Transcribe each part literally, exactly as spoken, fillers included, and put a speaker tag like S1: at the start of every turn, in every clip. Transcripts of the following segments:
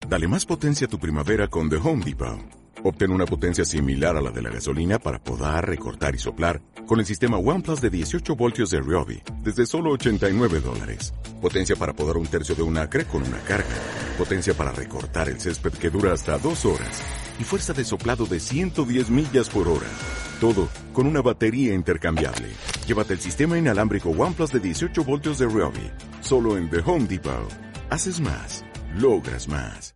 S1: Dale más potencia a tu primavera con The Home Depot. Obtén una potencia similar a la de la gasolina para podar, recortar y soplar con el sistema OnePlus de dieciocho voltios de Ryobi desde solo ochenta y nueve dólares. Potencia para podar un tercio de un acre con una carga. Potencia para recortar el césped que dura hasta dos horas. Y fuerza de soplado de ciento diez millas por hora. Todo con una batería intercambiable. Llévate el sistema inalámbrico OnePlus de dieciocho voltios de Ryobi. Solo en The Home Depot. Haces más. Logras más.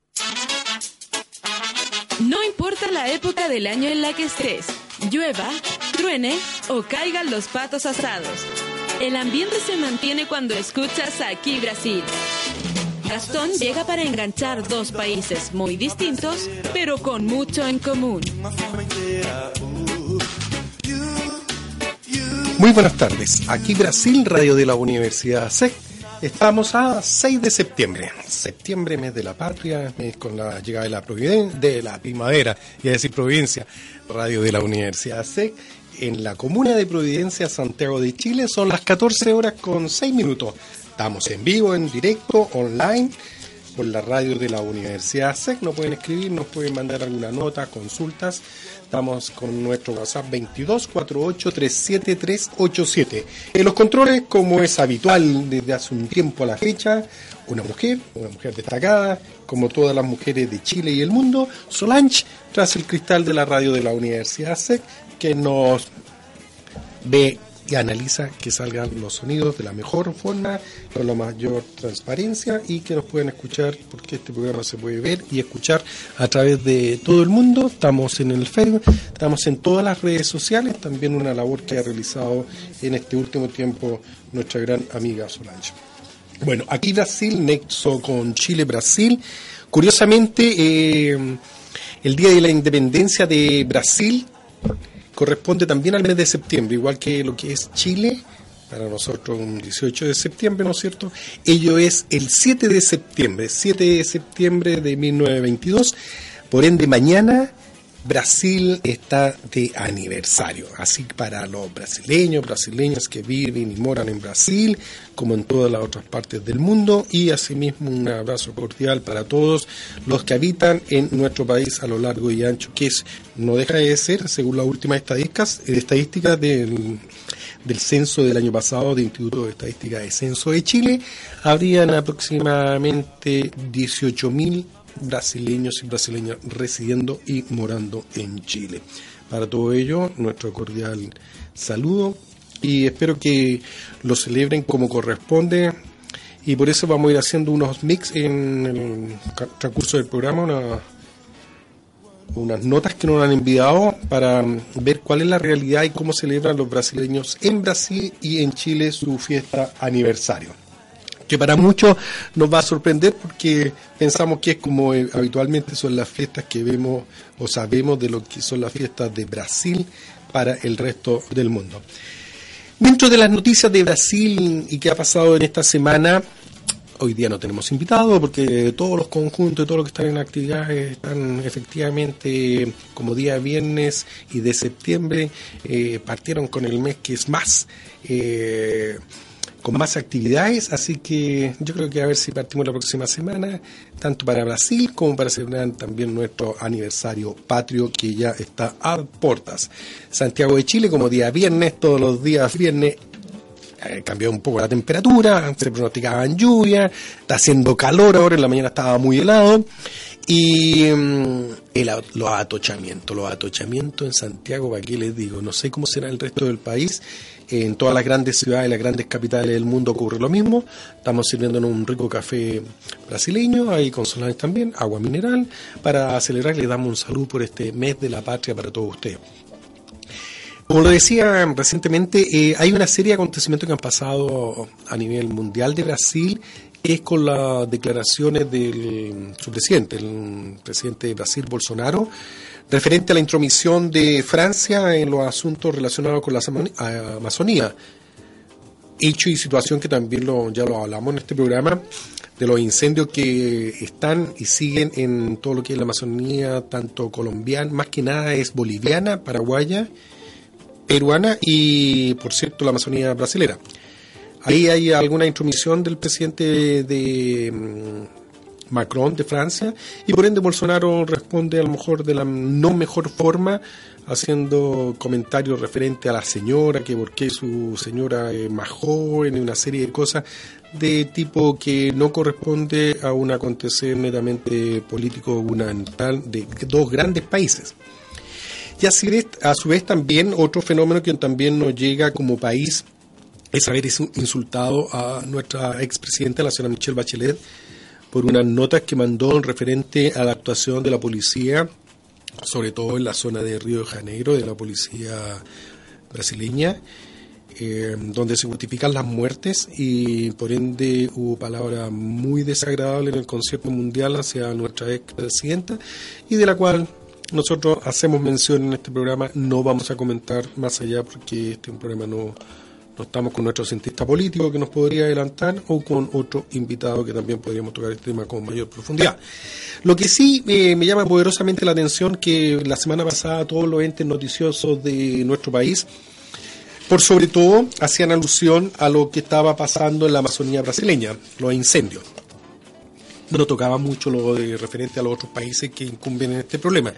S2: No importa la época del año en la que estés, llueva, truene o caigan los patos asados. El ambiente se mantiene cuando escuchas Aquí Brasil. Gastón llega para enganchar dos países muy distintos, pero con mucho en común.
S3: Muy buenas tardes. Aquí Brasil, Radio de la Universidad C E C. Estamos a seis de septiembre, septiembre, mes de la patria, mes con la llegada de la, Providen- de la primavera, y a decir Providencia, radio de la Universidad C E C, en la comuna de Providencia, Santiago de Chile, son las catorce horas con seis minutos. Estamos en vivo, en directo, online, por la radio de la Universidad C E C, nos pueden escribir, nos pueden mandar alguna nota, consultas. Estamos con nuestro WhatsApp veintidós cuarenta y ocho treinta y siete trescientos ochenta y siete. En los controles, como es habitual desde hace un tiempo a la fecha, una mujer, una mujer destacada, como todas las mujeres de Chile y el mundo, Solange, tras el cristal de la radio de la Universidad C E C, que nos ve y analiza que salgan los sonidos de la mejor forma, con la mayor transparencia, y que nos pueden escuchar, porque este programa se puede ver y escuchar a través de todo el mundo. Estamos en el Facebook, estamos en todas las redes sociales, también una labor que ha realizado en este último tiempo nuestra gran amiga Solange. Bueno, aquí Brasil, nexo con Chile-Brasil. Curiosamente, eh, el Día de la Independencia de Brasil corresponde también al mes de septiembre, igual que lo que es Chile, para nosotros un dieciocho de septiembre, ¿no es cierto? Ello es el siete de septiembre, siete de septiembre de mil novecientos veintidós, por ende mañana Brasil está de aniversario, así para los brasileños, brasileñas que viven y moran en Brasil, como en todas las otras partes del mundo, y asimismo un abrazo cordial para todos los que habitan en nuestro país a lo largo y ancho, que es, no deja de ser, según las últimas estadísticas, estadísticas del, del censo del año pasado del Instituto de Estadística de Censo de Chile, habrían aproximadamente dieciocho mil brasileños y brasileñas residiendo y morando en Chile. Para todo ello, nuestro cordial saludo, y espero que lo celebren como corresponde, y por eso vamos a ir haciendo unos mix en el transcurso del programa, una, unas notas que nos han enviado para ver cuál es la realidad y cómo celebran los brasileños en Brasil y en Chile su fiesta aniversario, que para muchos nos va a sorprender porque pensamos que es como eh, habitualmente son las fiestas que vemos o sabemos de lo que son las fiestas de Brasil para el resto del mundo. Dentro de las noticias de Brasil y qué ha pasado en esta semana, hoy día no tenemos invitados porque todos los conjuntos, todos los que están en actividades están efectivamente como día viernes y de septiembre, eh, partieron con el mes que es más... Eh, con más actividades, así que yo creo que a ver si partimos la próxima semana, tanto para Brasil como para celebrar también nuestro aniversario patrio que ya está a puertas. Santiago de Chile, como día viernes, todos los días viernes, eh, cambió un poco la temperatura, se pronosticaban lluvia, está haciendo calor ahora, en la mañana estaba muy helado, y um, el, los atochamientos, los atochamientos en Santiago, ¿para qué les digo? No sé cómo será el resto del país. En todas las grandes ciudades, las grandes capitales del mundo ocurre lo mismo. Estamos sirviéndonos un rico café brasileño, ahí con Solange también, agua mineral, para celebrar. Les damos un saludo por este mes de la patria para todos ustedes. Como lo decía recientemente, eh, hay una serie de acontecimientos que han pasado a nivel mundial de Brasil, que es con las declaraciones de su presidente, el presidente de Brasil, Bolsonaro, referente a la intromisión de Francia en los asuntos relacionados con la Amazonía. Hecho y situación que también lo, ya lo hablamos en este programa, de los incendios que están y siguen en todo lo que es la Amazonía, tanto colombiana, más que nada es boliviana, paraguaya, peruana y, por cierto, la Amazonía brasilera. Ahí hay alguna intromisión del presidente de Macron de Francia, y por ende Bolsonaro responde a lo mejor de la no mejor forma, haciendo comentarios referentes a la señora, que por qué su señora es más joven, y una serie de cosas de tipo que no corresponde a un acontecer netamente político gubernamental de dos grandes países. Y así de, a su vez también otro fenómeno que también nos llega como país es haber insultado a nuestra expresidenta, la señora Michelle Bachelet, por unas notas que mandó en referente a la actuación de la policía, sobre todo en la zona de Río de Janeiro, de la policía brasileña, eh, donde se justifican las muertes y por ende hubo palabras muy desagradables en el concierto mundial hacia nuestra expresidenta, y de la cual nosotros hacemos mención en este programa. No vamos a comentar más allá porque este es un programa no... No estamos con nuestro cientista político que nos podría adelantar, o con otro invitado que también podríamos tocar este tema con mayor profundidad. Lo que sí eh, me llama poderosamente la atención que la semana pasada todos los entes noticiosos de nuestro país, por sobre todo, hacían alusión a lo que estaba pasando en la Amazonía brasileña, los incendios. No tocaba mucho lo de referente a los otros países que incumben en este problema.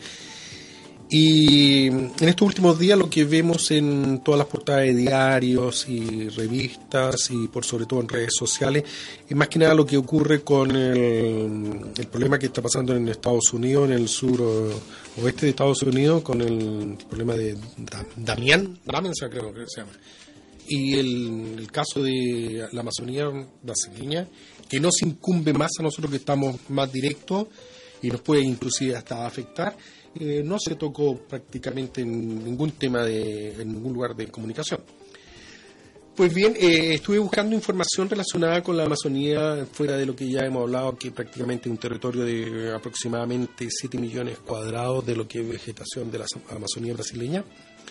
S3: Y en estos últimos días lo que vemos en todas las portadas de diarios y revistas y por sobre todo en redes sociales es más que nada lo que ocurre con el, el problema que está pasando en Estados Unidos, en el sur o, oeste de Estados Unidos, con el problema de Damián, Damián creo que se llama, y el, el caso de la Amazonía brasileña, que nos incumbe más a nosotros que estamos más directos y nos puede inclusive hasta afectar. Eh, no se tocó prácticamente en ningún tema de, en ningún lugar de comunicación. Pues bien, eh, estuve buscando información relacionada con la Amazonía, fuera de lo que ya hemos hablado, que prácticamente es un territorio de aproximadamente siete millones cuadrados de lo que es vegetación de la Amazonía brasileña.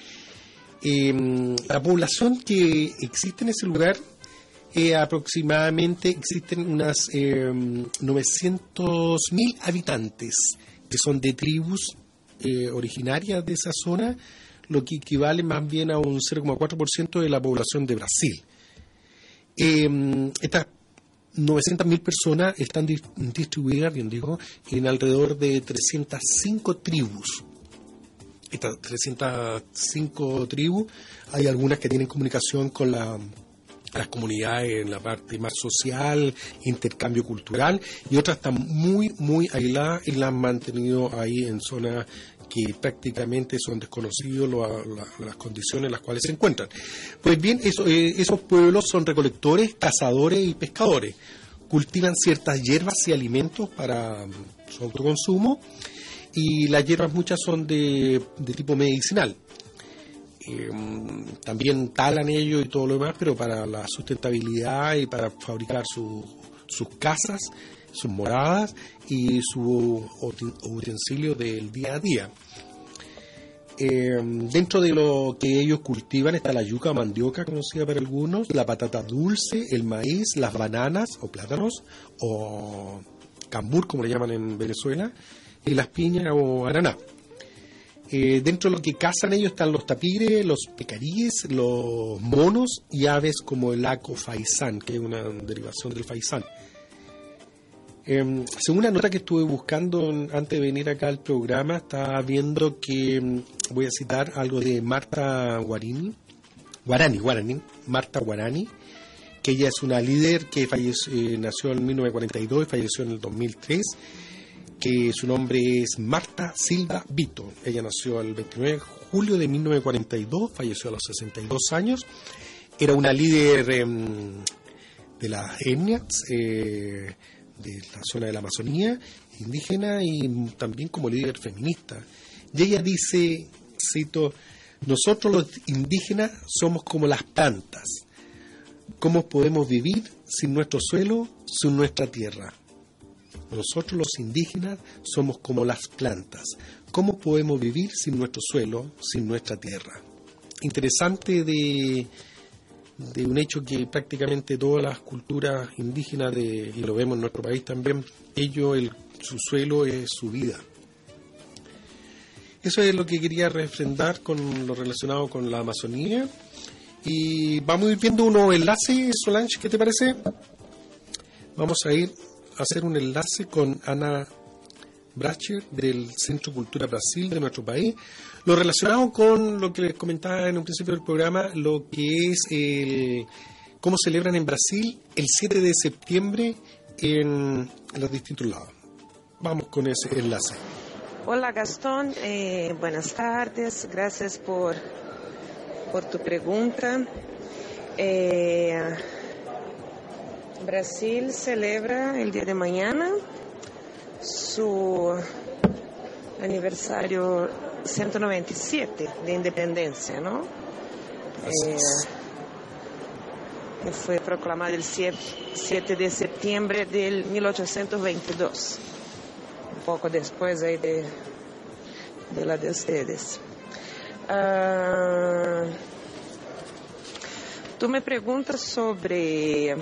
S3: Eh, la población que existe en ese lugar, eh, aproximadamente existen unas eh, novecientos mil habitantes, que son de tribus Eh, originarias de esa zona, lo que equivale más bien a un cero coma cuatro por ciento de la población de Brasil. Eh, estas novecientas mil personas están di- distribuidas, bien digo, en alrededor de trescientas cinco tribus. Estas trescientas cinco tribus, hay algunas que tienen comunicación con la las comunidades en la parte más social, intercambio cultural, y otras están muy, muy aisladas y las han mantenido ahí en zonas que prácticamente son desconocidos lo, la, las condiciones en las cuales se encuentran. Pues bien, eso, eh, esos pueblos son recolectores, cazadores y pescadores. Cultivan ciertas hierbas y alimentos para su autoconsumo, y las hierbas muchas son de, de tipo medicinal. Eh, también talan ellos y todo lo demás, pero para la sustentabilidad y para fabricar su, sus casas, sus moradas y sus utensilios del día a día. Eh, dentro de lo que ellos cultivan está la yuca, mandioca conocida por algunos, la patata dulce, el maíz, las bananas o plátanos o cambur como le llaman en Venezuela, y las piñas o ananá. Eh, dentro de lo que cazan ellos están los tapires, los pecaríes, los monos y aves como el aco faisán, que es una derivación del faisán. Eh, según una nota que estuve buscando antes de venir acá al programa, estaba viendo que, voy a citar algo de Marta Guarini, Guarani, Guarani, Marta Guarani, que ella es una líder que falleció, eh, nació en mil novecientos cuarenta y dos y falleció en el dos mil tres, que su nombre es Marta Silva Vito. Ella nació el veintinueve de julio de mil novecientos cuarenta y dos, falleció a los sesenta y dos años. Era una líder eh, de las etnias eh, de la zona de la Amazonía indígena y también como líder feminista. Y ella dice, cito, nosotros los indígenas somos como las plantas. ¿Cómo podemos vivir sin nuestro suelo, sin nuestra tierra? Nosotros los indígenas somos como las plantas. ¿Cómo podemos vivir sin nuestro suelo, sin nuestra tierra? Interesante de, de un hecho que prácticamente todas las culturas indígenas, de, y lo vemos en nuestro país también, ellos, el, su suelo es su vida. Eso es lo que quería refrendar con lo relacionado con la Amazonía. Y vamos a ir viendo unos enlaces, Solange, ¿qué te parece? Vamos a ir hacer un enlace con Ana Bracher del Centro Cultura Brasil de nuestro país. Lo relacionado con lo que les comentaba en un principio del programa, lo que es el cómo celebran en Brasil el siete de septiembre en, en los distintos lados. Vamos con ese enlace.
S4: Hola Gastón, eh, buenas tardes, gracias por, por tu pregunta. Eh, Brasil celebra el día de mañana su aniversario ciento noventa y siete de independencia, ¿no? Eh, que fue proclamado el siete de septiembre del mil ochocientos veintidós, un poco después ahí de, de la de ustedes. Uh, tú me preguntas sobre,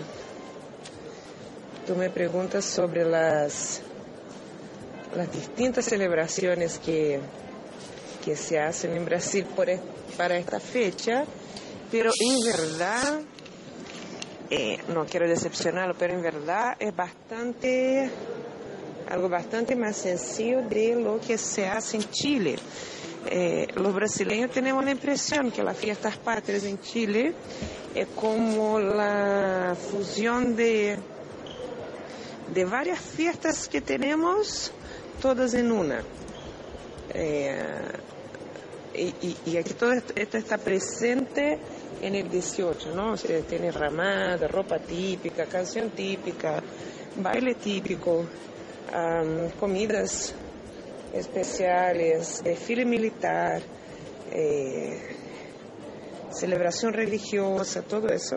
S4: tú me preguntas sobre las las distintas celebraciones que, que se hacen en Brasil por, para esta fecha, pero en verdad, eh, no quiero decepcionarlo, pero en verdad es bastante, algo bastante más sencillo de lo que se hace en Chile. Eh, los brasileños tenemos la impresión que las fiestas patrias en Chile es como la fusión de, de varias fiestas que tenemos todas en una. Eh, y, y, y aquí todo esto, esto está presente en el dieciocho, ¿no? O sea, tiene ramada, ropa típica, canción típica, baile típico, um, comidas especiales, desfile militar, eh, celebración religiosa, todo eso.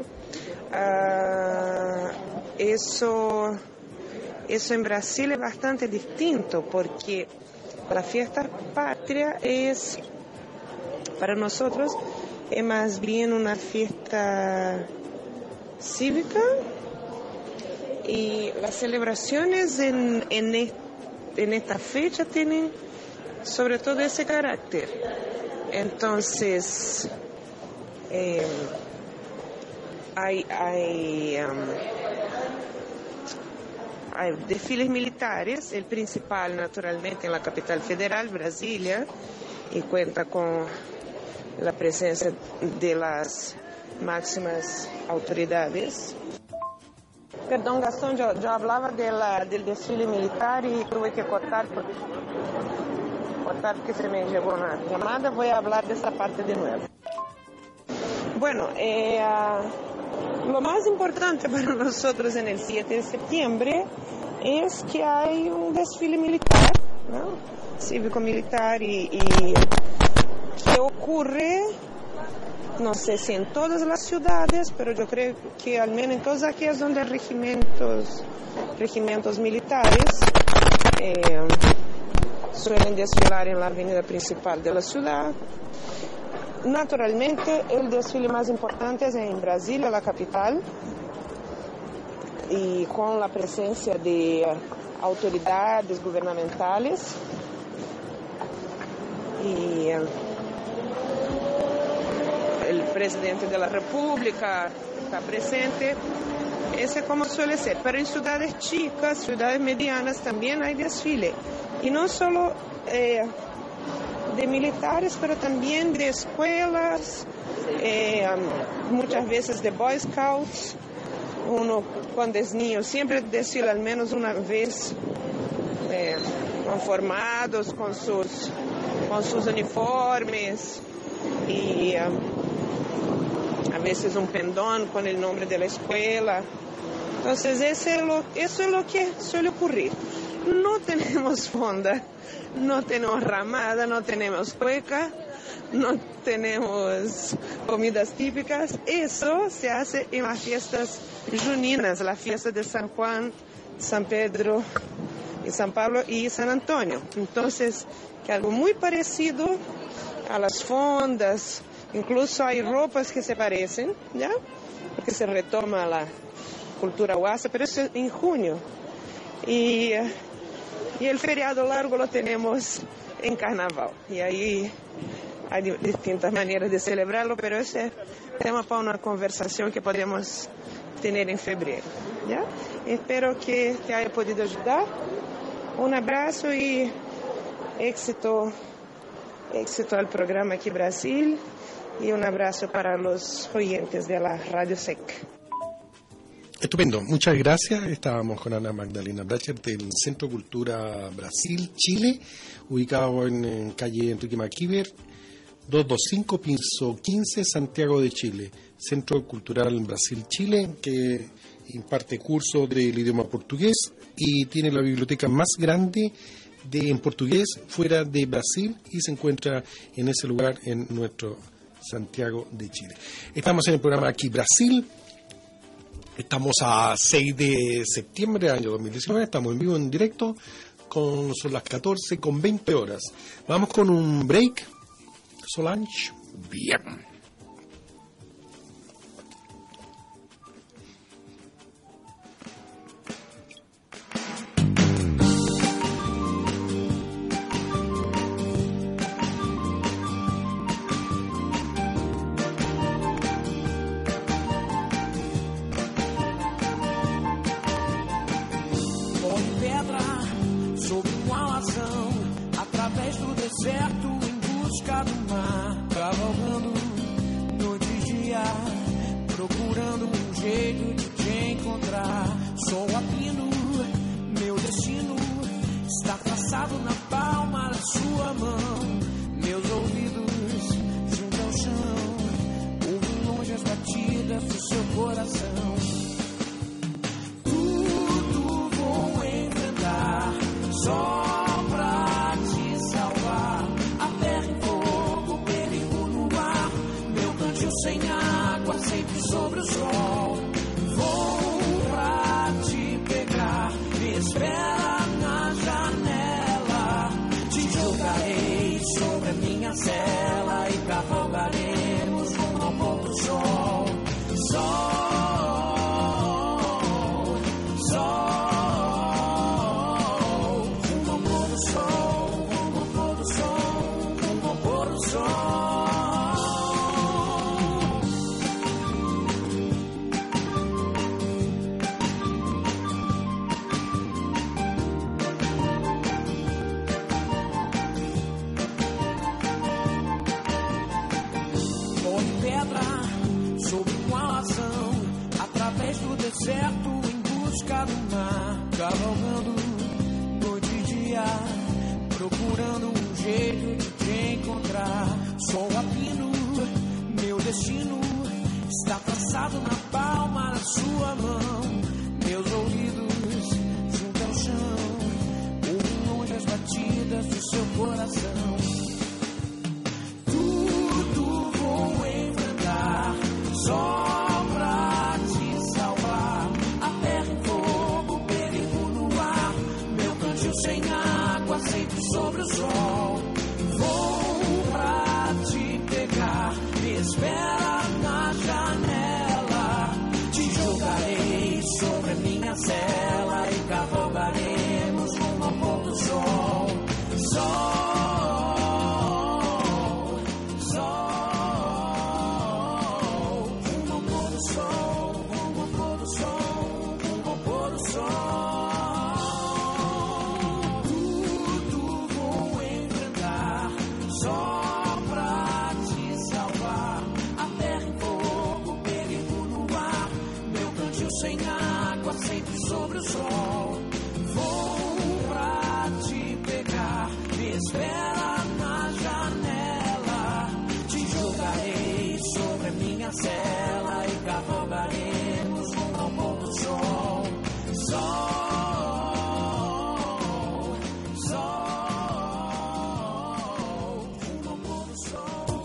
S4: Uh, eso Eso en Brasil es bastante distinto porque la fiesta patria es, para nosotros, es más bien una fiesta cívica y las celebraciones en, en, en esta fecha tienen sobre todo ese carácter. Entonces, eh, hay... hay um, Hay desfiles militares, el principal naturalmente en la capital federal, Brasilia, y cuenta con la presencia de las máximas autoridades. Perdón, Gastón, yo, yo hablaba de la, del desfile militar y tuve que cortar, por, cortar porque se me llegó una llamada. Voy a hablar de esa parte de nuevo. Bueno, eh, lo más importante para nosotros en el siete de septiembre es que hay un desfile militar, ¿no? Cívico-militar y, y que ocurre, no sé si en todas las ciudades, pero yo creo que al menos en todas aquellas donde hay regimientos, regimientos militares, eh, suelen desfilar en la avenida principal de la ciudad. Naturalmente, el desfile más importante es en Brasilia, la capital, y con la presencia de autoridades gubernamentales y el presidente de la República está presente. Ese es como suele ser, pero en ciudades chicas, ciudades medianas también hay desfile, y no solo eh, de militares, pero también de escuelas, eh, muchas veces de Boy Scouts. Uno cuando es niño siempre desfila al menos una vez, eh, conformados con sus, con sus uniformes y um, a veces un pendón con el nombre de la escuela. Entonces ese es lo, eso es lo que suele ocurrir. No tenemos fonda, no tenemos ramada, no tenemos cueca, no tenemos comidas típicas. Eso se hace en las fiestas juninas, la fiesta de San Juan, San Pedro y San Pablo y San Antonio. Entonces, que algo muy parecido a las fondas, incluso hay ropas que se parecen, ¿ya? Porque se retoma la cultura huasa, pero eso es en junio. Y, y el feriado largo lo tenemos en carnaval. Y ahí hay distintas maneras de celebrarlo, pero ese es tema para una conversación que podemos tener en febrero. ¿Ya? Espero que te haya podido ayudar. Un abrazo y éxito, éxito al programa Aquí Brasil, y un abrazo para los oyentes de la Radio S E C.
S3: Estupendo, muchas gracias. Estábamos con Ana Magdalena Bracher del Centro Cultura Brasil, Chile, ubicado en, en calle Enrique Maquiver, doscientos veinticinco, piso quince, Santiago de Chile. Centro Cultural Brasil, Chile, que imparte cursos del idioma portugués y tiene la biblioteca más grande de en portugués fuera de Brasil, y se encuentra en ese lugar en nuestro Santiago de Chile. Estamos en el programa Aquí Brasil. Estamos a seis de septiembre del año dos mil diecinueve, estamos en vivo, en directo, con, son las catorce con veinte horas. Vamos con un break, Solange. Bien.
S5: Deserto em busca do mar, cavalgando noite e dia, procurando um jeito de te encontrar. Sol a pino, meu destino está traçado na palma da sua mão. Meus ouvidos junto ao chão, ouvem longe as batidas do seu coração. Tudo vou enfrentar, só sem água, sempre sobre o sol. Vou pra te pegar, me espera na janela. Te jogarei sobre a minha cela e cavalgaremos rumo ao pôr do sol. Sol, sol, rumo ao pôr do sol, rumo ao pôr do sol, rumo ao pôr do sol. Deserto em busca do mar, cavalgando noite e dia, procurando um jeito de te encontrar. Sol a pino, meu destino está traçado na palma da sua mão. Meus ouvidos junto ao chão, ouvem longe as batidas do seu coração. Tudo vou enfrentar, só sem água, sempre sobre o sol. Vou pra te pegar, me espera na janela. Te jogarei sobre a minha cela e cavalgaremos rumo ao pôr do sol. Sol, sol, rumo ao pôr do sol, rumo ao pôr do sol, rumo ao pôr do sol. Sem água, sempre sobre o sol. Vou pra te pegar, me espera na janela. Te jogarei sobre a minha cela e cavalgaremos rumo ao pôr do sol. Sol, sol, rumo ao pôr do sol.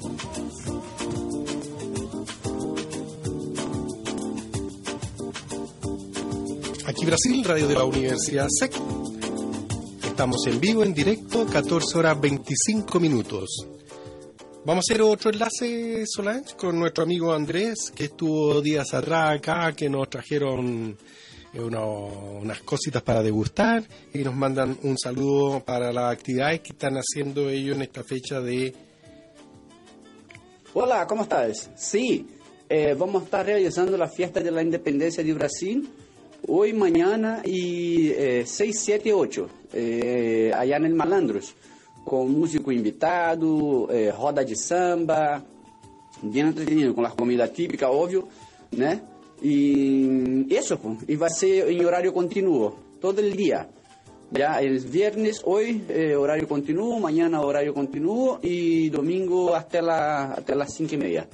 S3: Aquí Brasil, radio de la Universidad S E C. Estamos en vivo, en directo, catorce horas veinticinco minutos. Vamos a hacer otro enlace, Solange, con nuestro amigo Andrés, que estuvo días atrás acá, que nos trajeron uno, unas cositas para degustar y nos mandan un saludo para las actividades que están haciendo ellos en esta fecha de...
S6: Hola, ¿cómo estás? Sí, eh, vamos a estar realizando la fiesta de la independencia de Brasil hoy, mañana y eh, seis, siete, ocho, eh, allá en el Malandros, con músico invitado, eh, roda de samba, bien entretenido, con la comida típica, obvio, né? Y eso, y va a ser en horario continuo, todo el día. Ya el viernes, hoy, eh, horario continuo, mañana horario continuo y domingo hasta, la, hasta las cinco y media.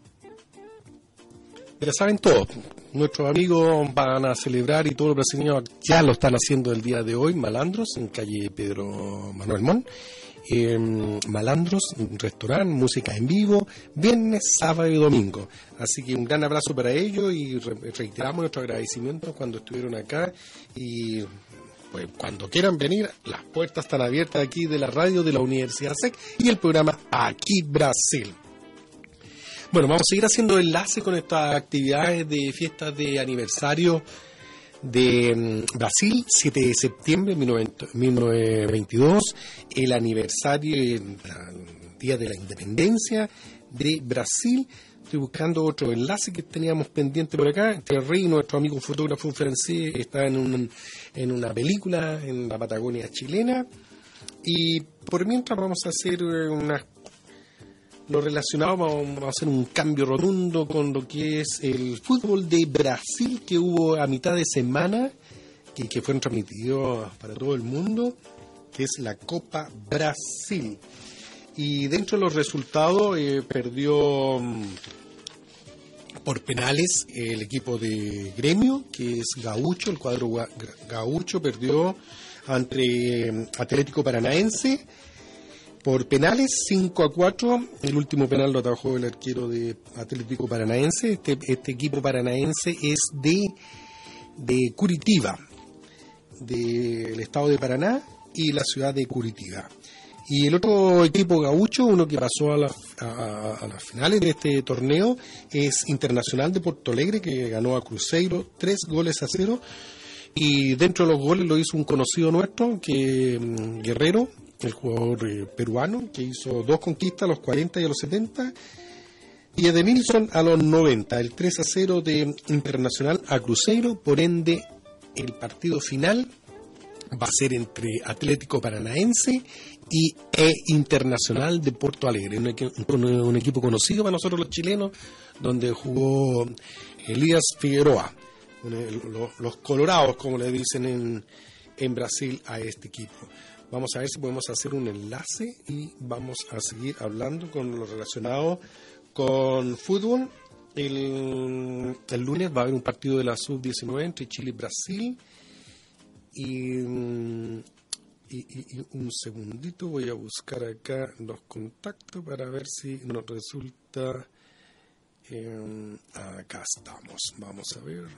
S3: Ya saben todo, nuestros amigos van a celebrar y todos los brasileños ya lo están haciendo el día de hoy, Malandros, en calle Pedro Manuel Montt. Eh, Malandros, un restaurante, música en vivo, viernes, sábado y domingo. Así que un gran abrazo para ellos y re- reiteramos nuestro agradecimiento cuando estuvieron acá y pues cuando quieran venir, las puertas están abiertas aquí de la radio de la Universidad S E C y el programa Aquí Brasil. Bueno, vamos a seguir haciendo enlace con estas actividades de fiestas de aniversario de um, Brasil, siete de septiembre de mil novecientos veintidós, el aniversario, el, el Día de la Independencia de Brasil. Estoy buscando otro enlace que teníamos pendiente por acá. Entre Rey, nuestro amigo fotógrafo francés, está en, un, en una película en la Patagonia chilena. Y por mientras vamos a hacer unas lo relacionado, vamos a hacer un cambio rotundo con lo que es el fútbol de Brasil que hubo a mitad de semana, que, que fue transmitido para todo el mundo, que es la Copa Brasil. Y dentro de los resultados eh, perdió um, por penales el equipo de Gremio, que es Gaúcho, el cuadro gua- Gaúcho perdió ante um, Atlético Paranaense. Por penales, cinco a cuatro, el último penal lo atajó el arquero de Atlético Paranaense. Este, este equipo paranaense es de, de Curitiba, del estado de Paraná y la ciudad de Curitiba. Y el otro equipo gaúcho, uno que pasó a, la, a, a las finales de este torneo, es Internacional de Porto Alegre, que ganó a Cruzeiro tres goles a cero. Y dentro de los goles lo hizo un conocido nuestro, que Guerrero, el jugador eh, peruano, que hizo dos conquistas a los cuarenta y a los setenta, y Edenilson a los noventa, el tres a cero de Internacional a Cruzeiro. Por ende, el partido final va a ser entre Atlético Paranaense y e Internacional de Porto Alegre, un, equ- un, un equipo conocido para nosotros los chilenos, donde jugó Elías Figueroa, un, los, los colorados, como le dicen en, en Brasil a este equipo. Vamos a ver si podemos hacer un enlace y vamos a seguir hablando con lo relacionado con fútbol. El, el lunes va a haber un partido de la sub diecinueve entre Chile y Brasil. Y, y, y, y un segundito, voy a buscar acá los contactos para ver si nos resulta. Eh, acá estamos, vamos a ver.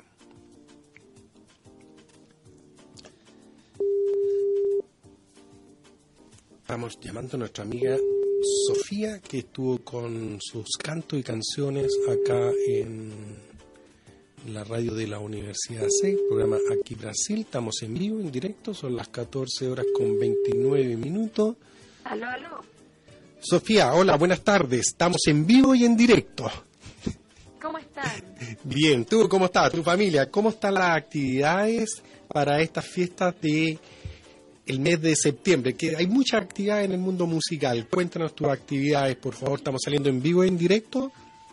S3: Estamos llamando a nuestra amiga Sofía, que estuvo con sus cantos y canciones acá en la radio de la Universidad S E C, programa Aquí Brasil. Estamos en vivo, en directo, son las catorce horas con veintinueve minutos.
S7: Aló, aló.
S3: Sofía, hola, buenas tardes. Estamos en vivo y en directo.
S7: ¿Cómo están?
S3: Bien, ¿tú cómo estás? ¿Tu familia? ¿Cómo están las actividades para estas fiestas de el mes de septiembre? Que hay muchas actividades en el mundo musical. Cuéntanos tus actividades, por favor. Estamos saliendo en vivo y en directo.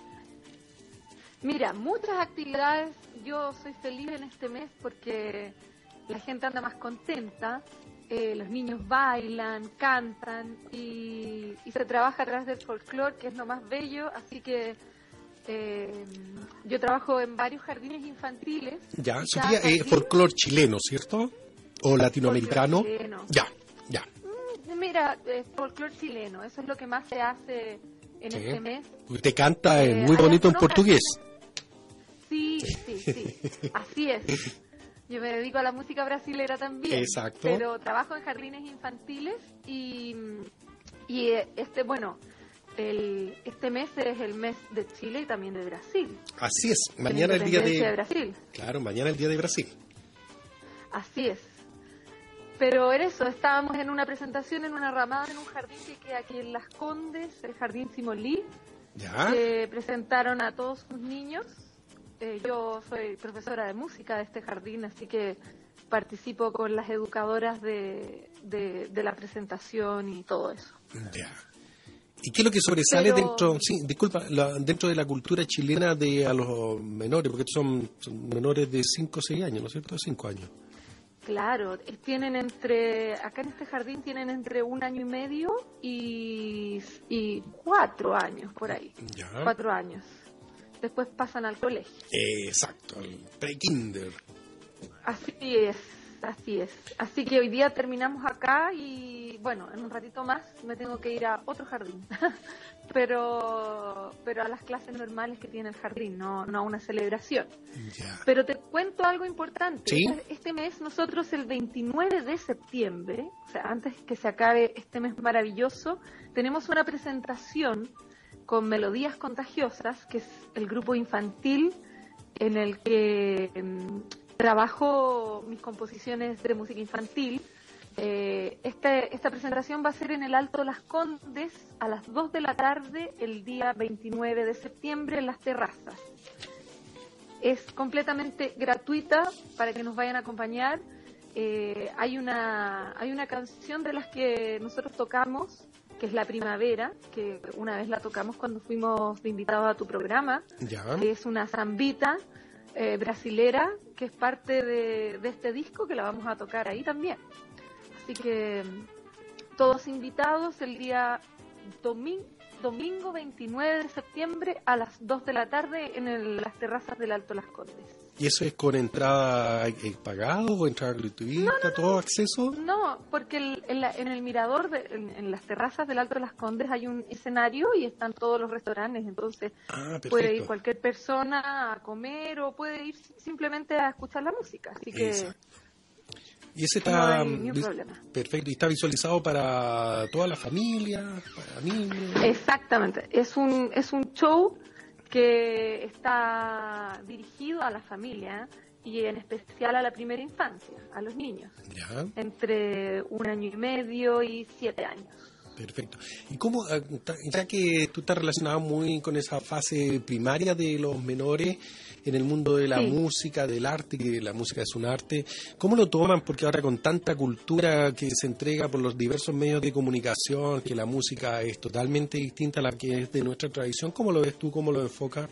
S7: Mira, muchas actividades. Yo soy feliz en este mes porque la gente anda más contenta. Eh, los niños bailan, cantan y, y se trabaja a través del folclore, que es lo más bello. Así que eh, yo trabajo en varios jardines infantiles.
S3: Ya,
S7: y
S3: Sofía,
S7: cada
S3: eh,
S7: jardín-
S3: folclore chileno, ¿cierto? ¿O latinoamericano?
S7: Folclore chileno.
S3: Ya, ya.
S7: Mm, Mira, eh, folclore chileno, eso es lo que más se hace en
S3: Sí.
S7: este mes.
S3: Usted canta eh,
S7: Eh,
S3: muy
S7: hay
S3: bonito en
S7: algunos
S3: portugués.
S7: Sí, sí, sí, así es. Yo me dedico a la música brasilera también.
S3: Exacto.
S7: Pero trabajo en jardines infantiles y, y eh, este, bueno, el, este mes es el mes de Chile y también de Brasil.
S3: Así es,
S7: de
S3: mañana
S7: la
S3: el día
S7: independencia
S3: de...
S7: de Brasil.
S3: Claro, mañana el día de Brasil.
S7: Así es. Pero en eso, estábamos en una presentación en una ramada en un jardín que queda aquí en Las Condes, el Jardín Simolí,
S3: ¿Ya?
S7: que presentaron a todos sus niños. Eh, yo soy profesora de música de este jardín, así que participo con las educadoras de, de, de la presentación y todo eso.
S3: Ya. ¿Y qué es lo que sobresale
S7: Pero-
S3: dentro, sí, disculpa, la- dentro de la cultura chilena de a los menores? Porque estos son, son menores de cinco o seis años, ¿no es cierto? cinco años.
S7: Claro, eh, tienen entre, acá en este jardín tienen entre un año y medio y, y cuatro años por ahí,
S3: Ya.
S7: cuatro años. Después pasan al colegio.
S3: Exacto, el pre-kinder.
S7: Así es, así es. Así que hoy día terminamos acá y bueno, en un ratito más me tengo que ir a otro jardín. pero pero a las clases normales que tiene el jardín, no, no a una celebración.
S3: Ya.
S7: Pero te cuento algo importante.
S3: ¿Sí?
S7: Este- Este mes nosotros el veintinueve de septiembre, o sea, antes que se acabe este mes maravilloso, tenemos una presentación con Melodías Contagiosas, que es el grupo infantil en el que em, trabajo mis composiciones de música infantil. Eh, este, esta presentación va a ser en el Alto Las Condes a las dos de la tarde el día veintinueve de septiembre en las terrazas. Es completamente gratuita para que nos vayan a acompañar. Eh, hay una hay una canción de las que nosotros tocamos, que es La Primavera, que una vez la tocamos cuando fuimos de invitados a tu programa.
S3: Ya.
S7: Es una zambita eh, brasilera que es parte de, de este disco, que la vamos a tocar ahí también. Así que mm, todos invitados el día domingo, domingo veintinueve de septiembre a las dos de la tarde en el- las terrazas del Alto Las Condes.
S3: ¿Y eso es con entrada eh, pagado o entrada gratuita, todo acceso?
S7: No, porque el- en, la- en el mirador, de- en, en las terrazas del Alto de las Condes hay un escenario y están todos los restaurantes, entonces
S3: Ah,
S7: puede ir
S3: perfecto.
S7: cualquier persona a comer o puede ir simplemente a escuchar la música, así que
S3: Exacto. Y ese
S7: no
S3: está
S7: hay ni un
S3: vis-
S7: problema.
S3: perfecto, y está visualizado para toda la familia, para niños.
S7: Exactamente, es un, es un show que está dirigido a la familia y en especial a la primera infancia, a los niños,
S3: Ya,
S7: entre un año y medio y siete años.
S3: perfecto. ¿Y cómo, eh, ta- ya que tú estás relacionado muy con esa fase primaria de los menores en el mundo de la
S7: Sí.
S3: música, del arte, que la música es un arte, ¿cómo lo toman? Porque ahora con tanta cultura que se entrega por los diversos medios de comunicación, que la música es totalmente distinta a la que es de nuestra tradición, ¿cómo lo ves tú? ¿Cómo lo enfocas?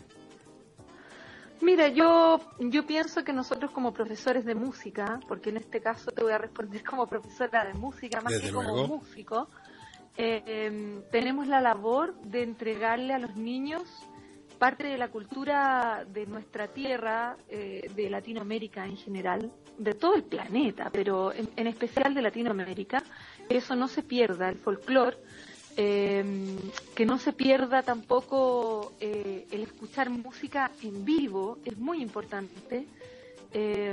S7: Mira, yo, yo pienso que nosotros como profesores de música, porque en este caso te voy a responder como profesora de música más
S3: Desde
S7: que como
S3: luego.
S7: músico, eh, em, tenemos la labor de entregarle a los niños parte de la cultura de nuestra tierra, eh, de Latinoamérica en general, de todo el planeta, pero en, en especial de Latinoamérica, que eso no se pierda, el folclore. Eh, que no se pierda tampoco eh, el escuchar música en vivo, es muy importante, eh,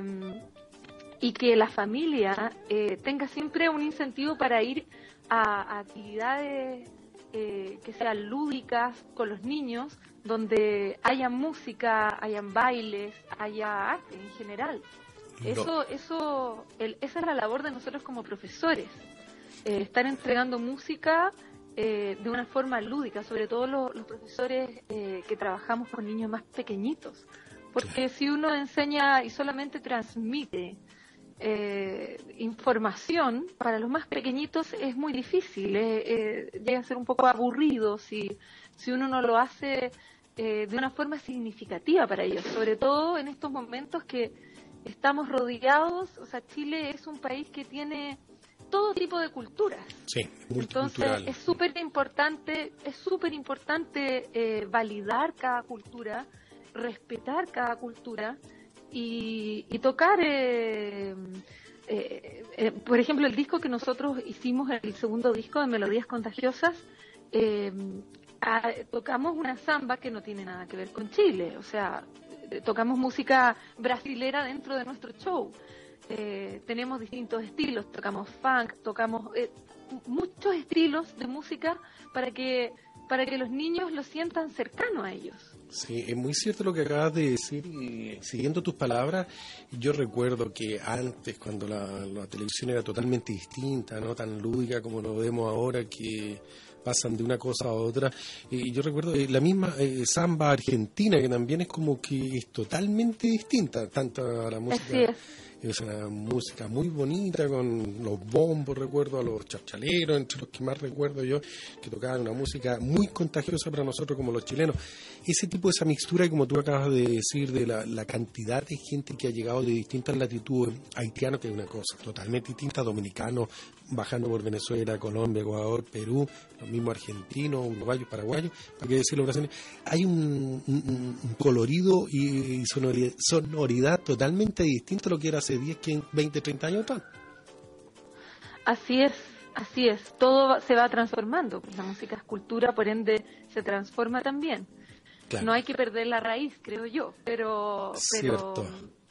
S7: y que la familia eh, tenga siempre un incentivo para ir a, a actividades eh, que sean lúdicas con los niños, donde haya música, hayan bailes, haya arte en general.
S3: No.
S7: Eso, eso, el- esa es la labor de nosotros como profesores, eh, estar entregando música eh, de una forma lúdica, sobre todo lo- los profesores eh, que trabajamos con niños más pequeñitos, porque si uno enseña y solamente transmite eh, información, para los más pequeñitos es muy difícil, eh, eh, llega a ser un poco aburrido si, si uno no lo hace eh, de una forma significativa para ellos, sobre todo en estos momentos que estamos rodeados, o sea, Chile es un país que tiene todo tipo de culturas.
S3: Sí,
S7: Entonces
S3: multicultural.
S7: es súper importante, es súper importante eh, validar cada cultura, respetar cada cultura y, y tocar, eh, eh, eh, por ejemplo, el disco que nosotros hicimos, el segundo disco de Melodías Contagiosas, eh, a- tocamos una samba que no tiene nada que ver con Chile, o sea, eh, tocamos música brasilera dentro de nuestro show. Eh, tenemos distintos estilos, tocamos funk, tocamos eh, muchos estilos de música para que para que los niños lo sientan cercano a ellos.
S3: Sí, es muy cierto lo que acabas de decir y siguiendo tus palabras, yo recuerdo que antes, cuando la, la televisión era totalmente distinta, no tan lúdica como lo vemos ahora, que pasan de una cosa a otra, y yo recuerdo eh, la misma eh, samba argentina, que también es como que es totalmente distinta, tanto a la música.
S7: Así es.
S3: Es una música muy bonita, con los bombos, recuerdo, a los chachaleros, entre los que más recuerdo yo, que tocaban una música muy contagiosa para nosotros como los chilenos. Ese tipo, esa mixtura, como tú acabas de decir, de la, la cantidad de gente que ha llegado de distintas latitudes, haitianos, que es una cosa totalmente distinta, dominicanos, bajando por Venezuela, Colombia, Ecuador, Perú, los mismos argentinos, uruguayos, paraguayos, para qué decirlo brasileños. Hay un, un, un colorido y sonoridad, sonoridad totalmente distinto a lo que era hace diez, quince, veinte, treinta años atrás.
S7: Así es, así es. Todo va- se va transformando. Pues la música es cultura, por ende se transforma también.
S3: Claro.
S7: No hay que perder la raíz, creo yo, pero pero
S3: Cierto.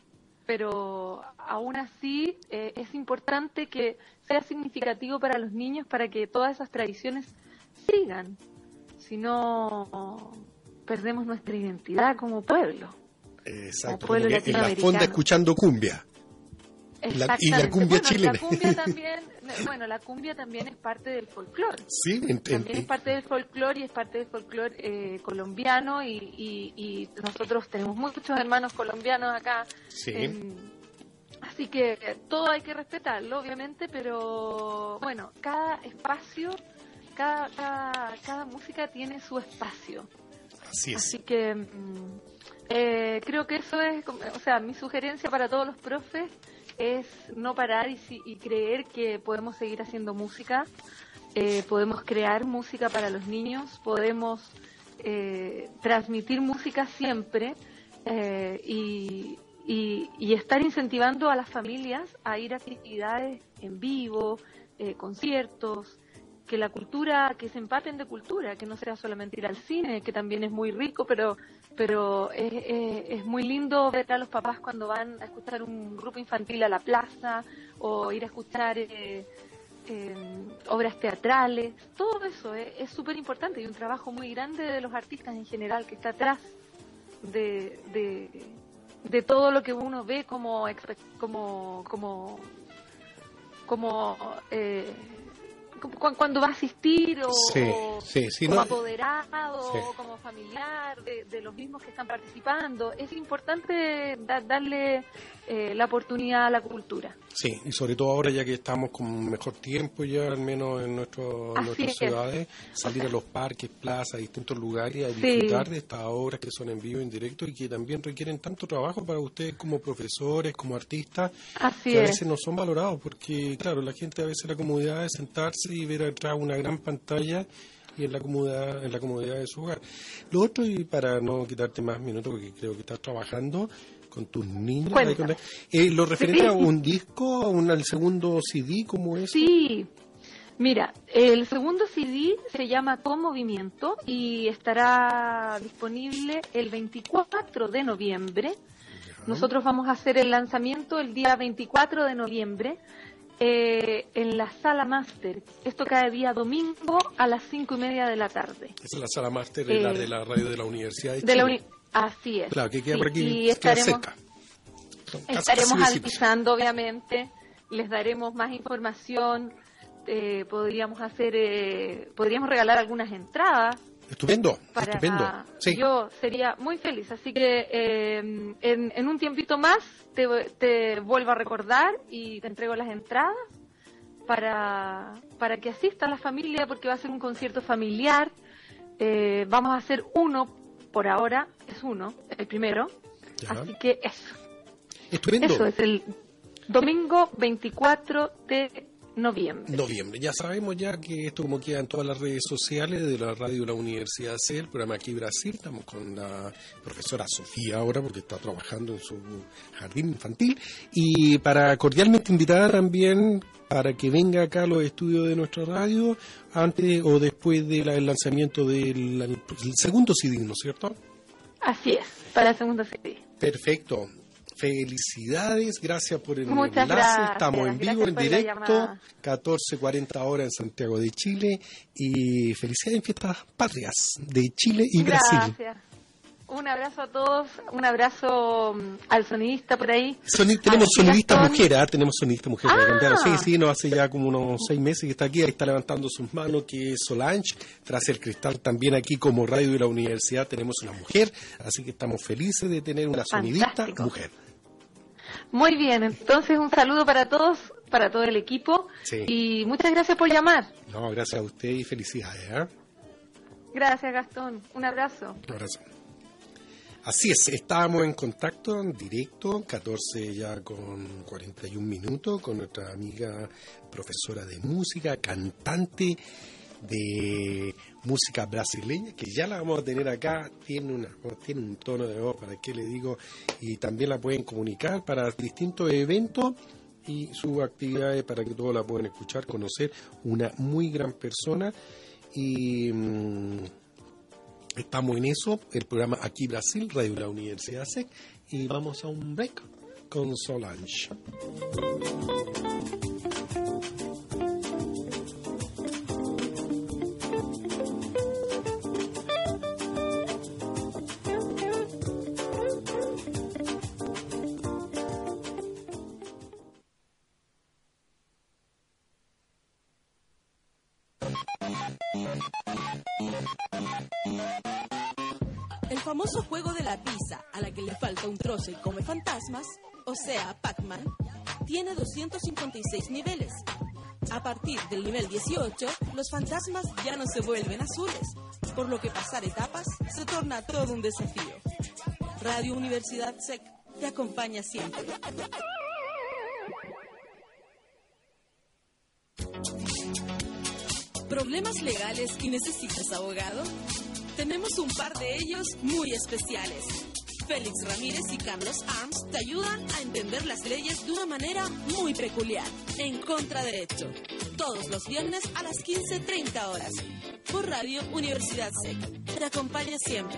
S7: pero aún así eh, es importante que sea significativo para los niños para que todas esas tradiciones sigan. Si no, perdemos nuestra identidad como pueblo.
S3: Exacto,
S7: pueblo
S3: como que en la
S7: latinoamericano.
S3: fonda escuchando cumbia. La- y la
S7: Exactamente.
S3: cumbia
S7: Bueno,
S3: chilena.
S7: La cumbia también, bueno, la cumbia también es parte del folclore.
S3: Sí, en- en-
S7: También es
S3: en-
S7: parte del folclore y es parte del folclore eh, colombiano y, y, y nosotros tenemos muchos hermanos colombianos acá.
S3: Sí.
S7: en- así que todo hay que respetarlo, obviamente, pero bueno, cada espacio, cada, cada, cada música tiene su espacio.
S3: así es.
S7: Así que mm, eh, creo que eso es, como- o sea, mi sugerencia para todos los profes es no parar y, si- y creer que podemos seguir haciendo música, eh, podemos crear música para los niños, podemos eh, transmitir música siempre eh, y, y, y estar incentivando a las familias a ir a actividades en vivo, eh, conciertos, que la cultura, que se empapen de cultura, que no sea solamente ir al cine, que también es muy rico, pero pero es, es, es muy lindo ver a los papás cuando van a escuchar un grupo infantil a la plaza o ir a escuchar eh, eh, obras teatrales. Todo eso es súper importante y un trabajo muy grande de los artistas en general que está atrás de, de, de todo lo que uno ve como expe- como como como eh, como cu- cuando va a asistir o,
S3: Sí,
S7: o
S3: sí, sí,
S7: como
S3: no,
S7: apoderado
S3: sí.
S7: o como familiar de, de los mismos que están participando. Es importante da- darle eh, la oportunidad a la cultura.
S3: Sí, y sobre todo ahora ya que estamos con mejor tiempo ya, al menos en, nuestro, en
S7: Así
S3: nuestras
S7: es.
S3: ciudades, salir a los parques, plazas, distintos lugares a
S7: Sí.
S3: disfrutar de estas obras que son en vivo, en directo y que también requieren tanto trabajo para ustedes como profesores, como artistas,
S7: Así
S3: que a
S7: es.
S3: veces no son valorados porque, claro, la gente a veces la comodidad de sentarse y ver atrás una gran pantalla y en la comodidad en la comodidad de su hogar. Lo otro, y para no quitarte más minutos porque creo que estás trabajando con tus niños,
S7: Cuéntame.
S3: eh, lo referente
S7: Sí.
S3: a un disco, a un, al segundo C D, ¿cómo es?
S7: Sí, mira, el segundo C D se llama Con Movimiento y estará disponible el veinticuatro de noviembre. Nosotros vamos a hacer el lanzamiento el día veinticuatro de noviembre eh, en la Sala Máster. Esto cae día domingo a las cinco y media de la tarde.
S3: Esa es la sala máster de, la,
S7: Eh,
S3: de la radio de la Universidad de,
S7: De la
S3: Chile.
S7: uni- Así es.
S3: Claro, que queda
S7: Sí,
S3: por aquí,
S7: y
S3: queda
S7: estaremos,
S3: cerca. Son casi-
S7: estaremos
S3: casi vecinos.
S7: avisando, obviamente, les daremos más información, eh, podríamos hacer, eh, podríamos regalar algunas entradas.
S3: Estupendo,
S7: Para,
S3: estupendo. Sí.
S7: Yo sería muy feliz, así que eh, en, en un tiempito más te, te vuelvo a recordar y te entrego las entradas para, para que asista la familia, porque va a ser un concierto familiar. Eh, vamos a hacer uno por ahora, es uno, el primero.
S3: Ya.
S7: Así que eso,
S3: Estupendo.
S7: eso es el domingo veinticuatro de noviembre.
S3: Noviembre. Ya sabemos ya que esto como queda en todas las redes sociales de la radio de la Universidad C, el programa Aquí Brasil. Estamos con la profesora Sofía ahora porque está trabajando en su jardín infantil. Y para cordialmente invitada también para que venga acá a los estudios de nuestra radio antes o después del lanzamiento del del segundo C D, ¿no es cierto?
S7: Así es, para el segundo C D.
S3: Perfecto. Felicidades, gracias por el
S7: Muchas
S3: enlace.
S7: gracias,
S3: Estamos en vivo,
S7: gracias
S3: en
S7: por la
S3: directo,
S7: llamada.
S3: catorce cuarenta horas en Santiago de Chile. Y felicidades en fiestas patrias de Chile y Brasil.
S7: Gracias. Un abrazo a todos, un abrazo um, al sonidista por ahí.
S3: Soni- tenemos
S7: Aquí
S3: sonidista
S7: Gastón.
S3: mujer, ¿eh? Tenemos sonidista mujer.
S7: Ah.
S3: para cambiar. Sí, sí, no hace ya como unos seis meses que está aquí, ahí está levantando sus manos, que es Solange. Tras el cristal también aquí como radio de la universidad tenemos una mujer, así que estamos felices de tener una sonidista
S7: Fantástico.
S3: mujer.
S7: Muy bien, entonces un saludo para todos, para todo el equipo.
S3: Sí.
S7: Y muchas gracias por llamar.
S3: No, gracias a usted y felicidades. ¿eh?
S7: Gracias, Gastón. Un abrazo.
S3: Un abrazo. Así es, estábamos en contacto en directo, catorce ya con cuarenta y un minutos, con nuestra amiga profesora de música, cantante de música brasileña, que ya la vamos a tener acá, tiene una tiene un tono de voz, para qué le digo, y también la pueden comunicar para distintos eventos y sus actividades para que todos la puedan escuchar, conocer, una muy gran persona. Y mmm, estamos en eso, el programa Aquí Brasil, Radio de la Universidad S E C, y vamos a un break con Solange.
S8: El famoso juego de la pizza, a la que le falta un trozo y come fantasmas, o sea, Pac-Man, tiene doscientos cincuenta y seis niveles. A partir del nivel dieciocho, los fantasmas ya no se vuelven azules, por lo que pasar etapas se torna todo un desafío. Radio Universidad S E C te acompaña siempre. ¿Problemas legales y necesitas abogado? Tenemos un par de ellos muy especiales. Félix Ramírez y Carlos Arms te ayudan a entender las leyes de una manera muy peculiar. En Contraderecho, todos los viernes a las quince treinta horas. Por Radio Universidad S E C. Te acompaña siempre.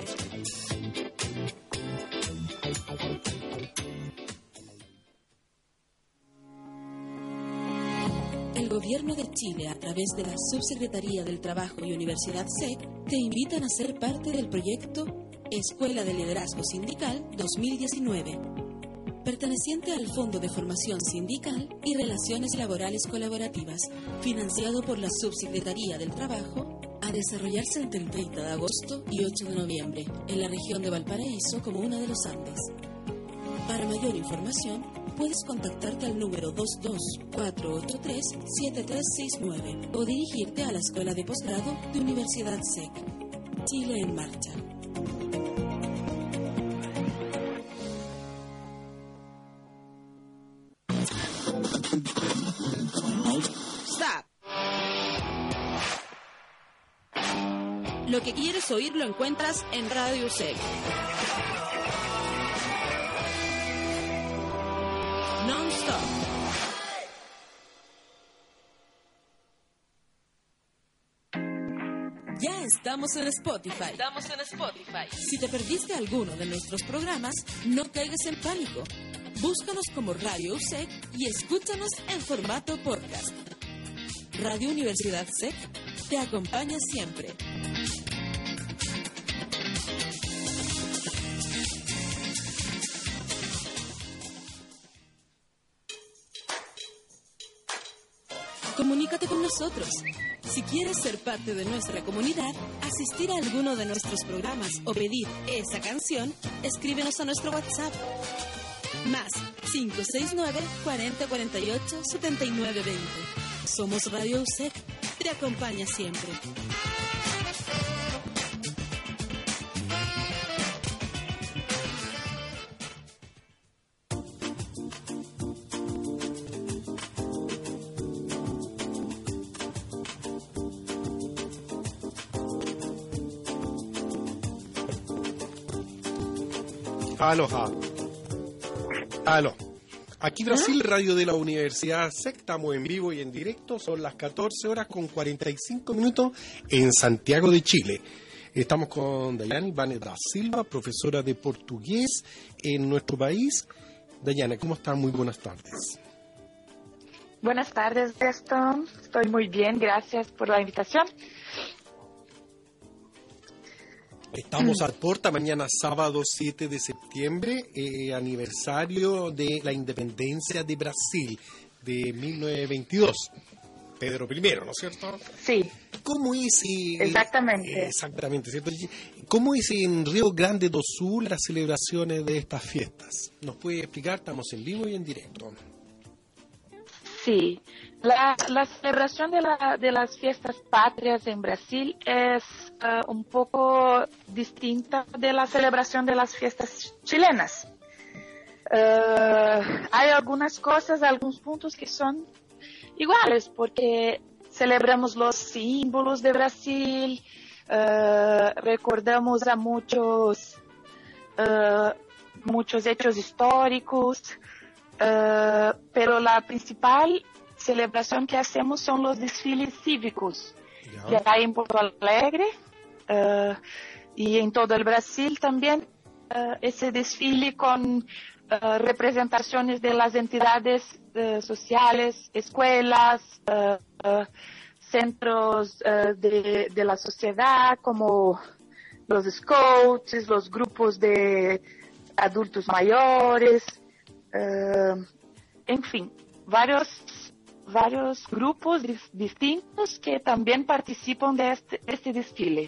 S8: El Gobierno de Chile, a través de la Subsecretaría del Trabajo y Universidad S E C, te invitan a ser parte del proyecto Escuela de Liderazgo Sindical dos mil diecinueve, perteneciente al Fondo de Formación Sindical y Relaciones Laborales Colaborativas, financiado por la Subsecretaría del Trabajo, a desarrollarse entre el treinta de agosto y ocho de noviembre, en la región de Valparaíso, comuna de Los Andes. Para mayor información, puedes contactarte al número dos dos cuatro ocho tres siete tres seis nueve o dirigirte a la Escuela de Posgrado de Universidad S E C. Chile en marcha. Stop. Lo que quieres oír lo encuentras en Radio S E C. Non-stop. Ya estamos en Spotify. Estamos en Spotify. Si te perdiste alguno de nuestros programas, no caigas en pánico. Búscanos como Radio U S E C y escúchanos en formato podcast. Radio Universidad S E C te acompaña siempre. Comunícate con nosotros. Si quieres ser parte de nuestra comunidad, asistir a alguno de nuestros programas o pedir esa canción, escríbenos a nuestro WhatsApp. Más cinco seis nueve, cuarenta cuarenta y ocho, setenta y nueve veinte. Somos Radio U S E C. Te acompaña siempre.
S3: Aló, aló. Aquí Brasil, Radio de la Universidad S E C, estamos en vivo y en directo, son las catorce horas con cuarenta y cinco minutos en Santiago de Chile. Estamos con Dayane Ibanez da Silva, profesora de portugués en nuestro país. Dayane, ¿cómo estás? Muy buenas tardes.
S9: Buenas tardes, Gastón. Estoy muy bien, gracias por la invitación.
S3: Estamos a puerta mañana sábado siete de septiembre, eh, aniversario de la independencia de Brasil de mil novecientos veintidós. Pedro primero, ¿no es cierto?
S9: Sí.
S3: ¿Cómo es? Eh,
S9: exactamente.
S3: Eh, exactamente, ¿cierto? ¿Cómo es en Río Grande do Sul las celebraciones de estas fiestas? ¿Nos puede explicar? Estamos en vivo y en directo.
S9: Sí, la, la celebración de, la, de las fiestas patrias en Brasil es uh, un poco distinta de la celebración de las fiestas chilenas. Uh, hay algunas cosas, algunos puntos que son iguales, porque celebramos los símbolos de Brasil, uh, recordamos a muchos, uh, muchos hechos históricos. Uh, pero la principal celebración que hacemos son los desfiles cívicos yeah. que hay en Porto Alegre uh, y en todo el Brasil también. Uh, ese desfile con uh, representaciones de las entidades uh, sociales, escuelas, uh, uh, centros uh, de, de la sociedad como los scouts, los grupos de adultos mayores. Uh, en fin, varios, varios grupos dis, distintos que también participan de este, este desfile.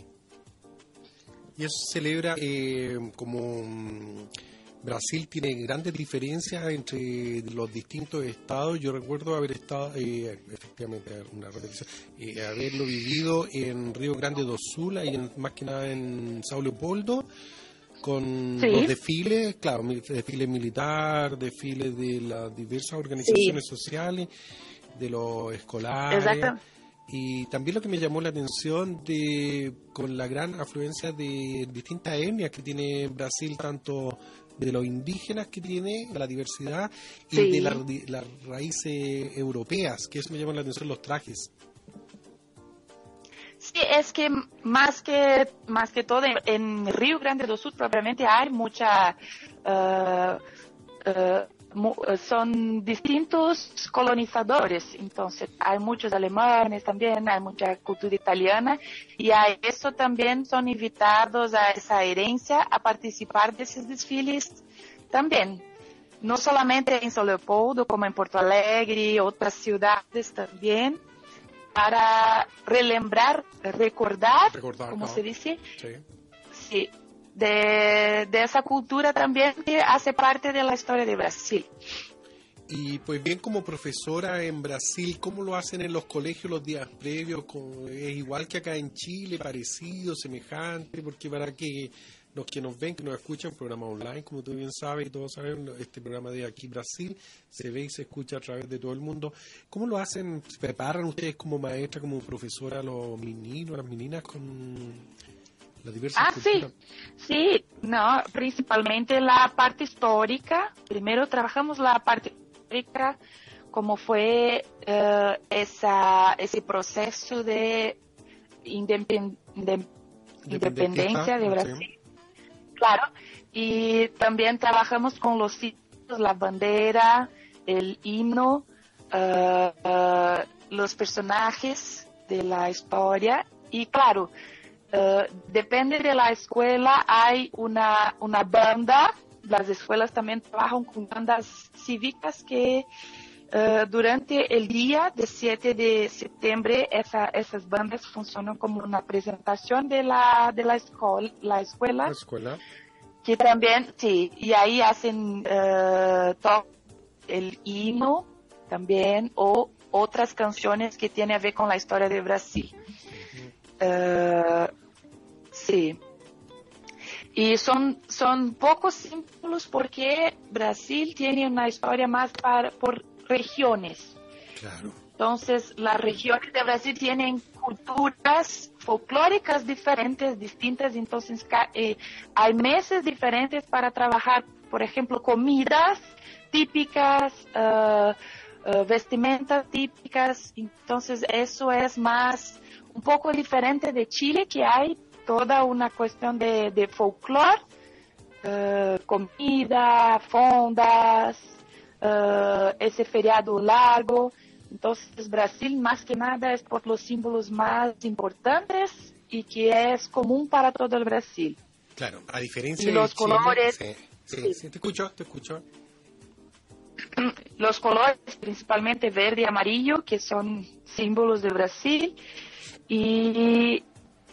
S3: Y eso se celebra eh, como Brasil tiene grandes diferencias entre los distintos estados. Yo recuerdo haber estado, eh, efectivamente, una repetición, eh, haberlo vivido en Río Grande do Sul, y en, más que nada en São Leopoldo, con sí. los desfiles, claro, desfiles militar, desfiles de las diversas organizaciones sí. sociales, de los escolares.
S9: Exacto.
S3: Y también lo que me llamó la atención de con la gran afluencia de distintas etnias que tiene Brasil, tanto de los indígenas que tiene, la diversidad, y sí. de la, de las raíces europeas, que eso me llama la atención, los trajes.
S9: Sí, es que más que más que todo en, en Río Grande do Sul propiamente hay mucha uh, uh, mu, son distintos colonizadores, entonces hay muchos alemanes también, hay mucha cultura italiana y a eso también son invitados a esa herencia a participar de esos desfiles también. No solamente en São Leopoldo, como en Porto Alegre, otras ciudades también, para relembrar, recordar, recordar como ¿no? se dice, sí, sí de, de esa cultura también que hace parte de la historia de Brasil.
S3: Y pues bien, como profesora en Brasil, ¿cómo lo hacen en los colegios los días previos? ¿Es igual que acá en Chile, parecido, semejante? Porque para que los que nos ven, que nos escuchan, programa online, como tú bien sabes y todos saben, este programa de Aquí Brasil se ve y se escucha a través de todo el mundo. ¿Cómo lo hacen? ¿Se preparan ustedes como maestra, como profesora, a los meninos, a las meninas con la diversa
S9: Ah, cultura? sí, sí, no, principalmente la parte histórica. Primero trabajamos la parte histórica, como fue uh, esa, ese proceso de independ, de independencia de Brasil. Sí. Claro, y también trabajamos con los símbolos, la bandera, el himno, uh, uh, los personajes de la historia. Y claro, uh, depende de la escuela, hay una, una banda. Las escuelas también trabajan con bandas cívicas que uh, durante el día de siete de septiembre esa, esas bandas funcionan como una presentación de la, de la, escuela, la escuela.
S3: La escuela.
S9: Que también, sí, y ahí hacen uh, todo el himno también o otras canciones que tienen a ver con la historia de Brasil. Uh, sí. Y son, son pocos símbolos porque Brasil tiene una historia más para, por regiones.
S3: Claro.
S9: Entonces, las regiones de Brasil tienen culturas folclóricas diferentes, distintas. Entonces, eh, hay meses diferentes para trabajar, por ejemplo, comidas típicas, uh, uh, vestimentas típicas. Entonces, eso es más, un poco diferente de Chile, que hay toda una cuestión de, de folclore, uh, comida, fondas, uh, ese feriado largo. Entonces, Brasil, más que nada, es por los símbolos más importantes y que es común para todo el Brasil.
S3: Claro, a diferencia
S9: y
S3: de
S9: los
S3: Chile,
S9: colores,
S3: sí, sí,
S9: sí.
S3: sí, te escucho, te escucho.
S9: Los colores, principalmente verde y amarillo, que son símbolos de Brasil, y,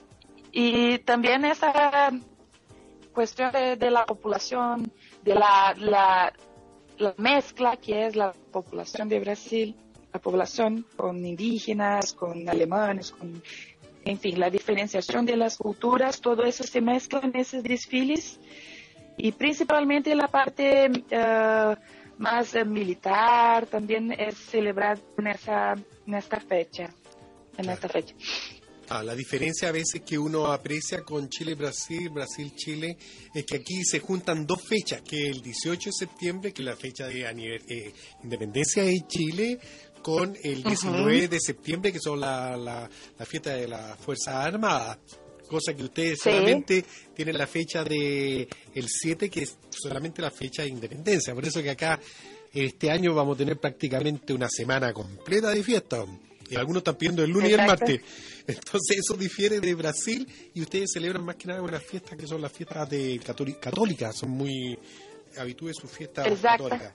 S9: y también esa cuestión de, de la población, de la, la, la mezcla que es la población de Brasil, la población con indígenas, con alemanes, con, en fin, la diferenciación de las culturas, todo eso se mezcla en esos desfiles, y principalmente la parte uh, más uh, militar también es celebrar en, esa, en esta fecha, en claro. esta fecha.
S3: Ah, la diferencia a veces que uno aprecia con Chile-Brasil, Brasil-Chile, es que aquí se juntan dos fechas, que es el dieciocho de septiembre, que es la fecha de eh, independencia de Chile, con el diecinueve uh-huh. de septiembre, que son la, la, la fiesta de las Fuerzas Armadas, cosa que ustedes sí. solamente tienen la fecha de el siete, que es solamente la fecha de independencia. Por eso que acá este año vamos a tener prácticamente una semana completa de fiesta. Y algunos están pidiendo el lunes Exacto. y el martes. Entonces eso difiere de Brasil, y ustedes celebran más que nada unas fiestas que son las fiestas de católicas, son muy habituales sus fiestas
S9: Exacto.
S3: católicas.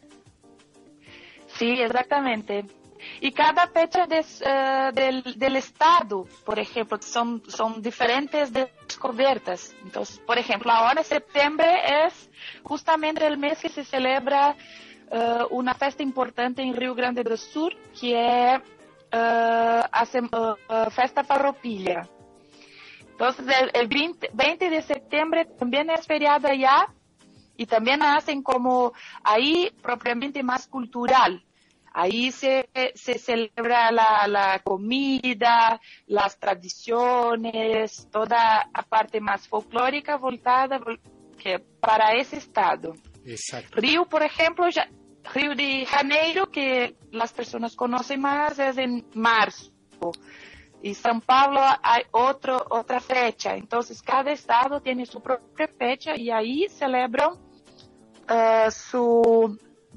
S9: Sí, exactamente. Y cada fecha de, uh, del, del estado, por ejemplo, son, son diferentes descubiertas. Entonces, por ejemplo, ahora septiembre es justamente el mes que se celebra uh, una fiesta importante en Rio Grande do Sul, que es Uh, hace, uh, uh, Festa Farroupilha. Entonces el, el veinte de septiembre también es feriado allá, y también hacen como ahí propiamente más cultural. Ahí se, se celebra la, la comida, las tradiciones, toda la parte más folclórica voltada que para ese estado.
S3: Exacto.
S9: Río, por ejemplo, ya Río de Janeiro, que las personas conocen más, es en marzo. Y São Paulo hay otro, otra fecha. Entonces, cada estado tiene su propia fecha, y ahí celebran uh, su,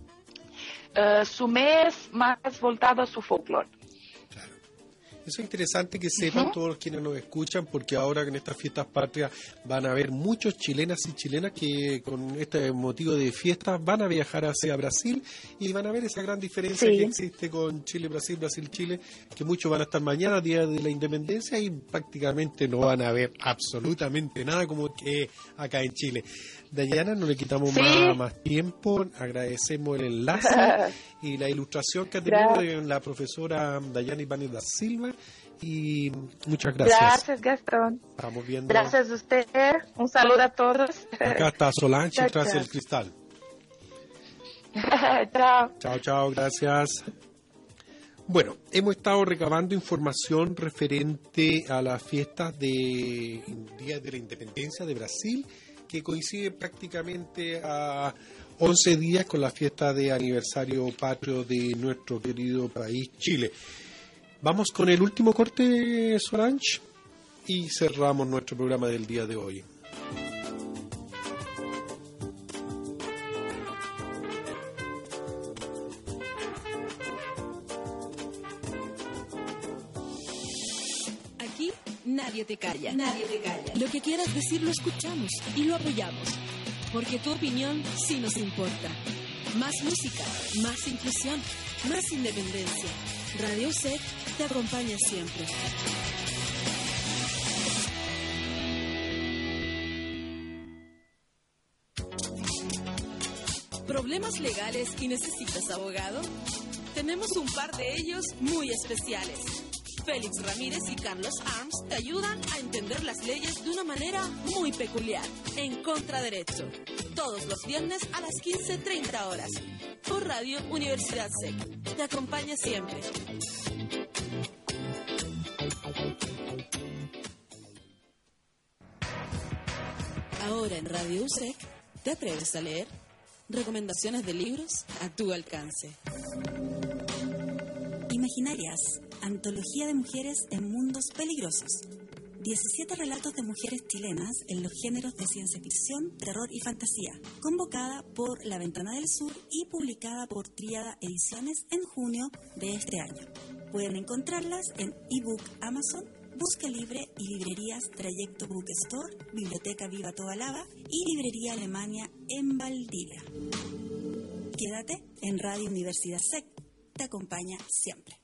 S9: uh, su mes más voltado a su folclore.
S3: Eso es interesante que sepan uh-huh. todos los quienes nos escuchan, porque ahora en estas fiestas patrias van a haber muchos chilenas y chilenas que con este motivo de fiestas van a viajar hacia Brasil, y van a ver esa gran diferencia sí. que existe con Chile-Brasil, Brasil-Chile, que muchos van a estar mañana, día de la independencia, y prácticamente no van a ver absolutamente nada como que acá en Chile. Dayana, no le quitamos sí. más, más tiempo, agradecemos el enlace y la ilustración que ha tenido de la profesora Dayana Ibáñez da Silva, y muchas gracias.
S9: Gracias, Gastón.
S3: Estamos viendo.
S9: Gracias a usted, un saludo a todos.
S3: Acá está Solange chao, tras chao. el cristal.
S9: Chao.
S3: Chao, chao, gracias. Bueno, hemos estado recabando información referente a las fiestas de Día de la Independencia de Brasil, que coincide prácticamente a once días con la fiesta de aniversario patrio de nuestro querido país, Chile. Vamos con el último corte, Solange, y cerramos nuestro programa del día de hoy.
S8: Aquí nadie te calla. Nadie te calla. Lo que quieras decir lo escuchamos y lo apoyamos, porque tu opinión sí nos importa. Más música, más inclusión, más independencia. Radio U S E C te acompaña siempre. ¿Problemas legales y necesitas abogado? Tenemos un par de ellos muy especiales. Félix Ramírez y Carlos Arms te ayudan a entender las leyes de una manera muy peculiar. En Contraderecho, todos los viernes a las quince treinta horas, por Radio Universidad S E C. Te acompaña siempre. Ahora en Radio U S E C, ¿te atreves a leer? Recomendaciones de libros a tu alcance.
S10: Imaginarias, antología de mujeres en mundos peligrosos. diecisiete relatos de mujeres chilenas en los géneros de ciencia ficción, terror y fantasía, convocada por La Ventana del Sur y publicada por Tríada Ediciones en junio de este año. Pueden encontrarlas en ebook Amazon Busca Libre y librerías Trayecto Bookstore, Biblioteca Viva Tobalaba y Librería Alemania en Valdivia. Quédate en Radio Universidad S E C, te acompaña siempre.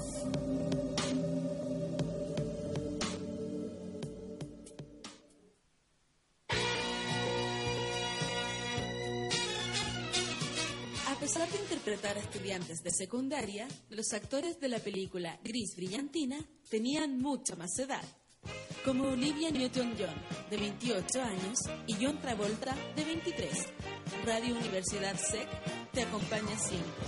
S8: A pesar de interpretar a estudiantes de secundaria, los actores de la película Gris Brillantina tenían mucha más edad, como Olivia Newton-John, de veintiocho años, y John Travolta, de veintitrés. Radio Universidad S E C te acompaña siempre.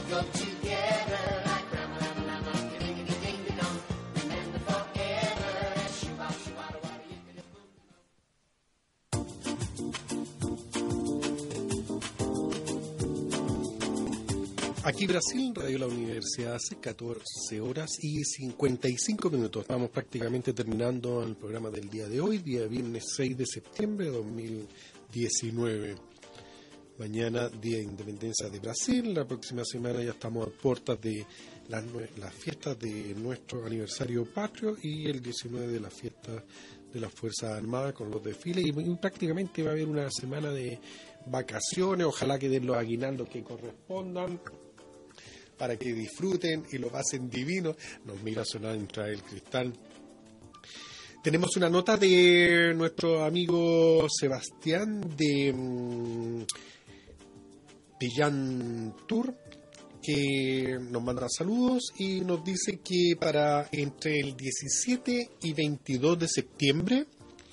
S3: Aquí Brasil, Radio La Universidad, hace catorce horas y cincuenta y cinco minutos. Estamos prácticamente terminando el programa del día de hoy, día viernes seis de septiembre de dos mil diecinueve. Mañana, Día de Independencia de Brasil. La próxima semana ya estamos a puertas de las, las fiestas de nuestro aniversario patrio y el diecinueve de la fiesta de las Fuerzas Armadas con los desfiles. Y, y prácticamente va a haber una semana de vacaciones. Ojalá que den los aguinaldos que correspondan, para que disfruten y lo pasen divino. Nos mira sonar entrar el cristal. Tenemos una nota de nuestro amigo Sebastián de um, Pillan Tour, que nos manda saludos y nos dice que para entre el diecisiete y veintidós de septiembre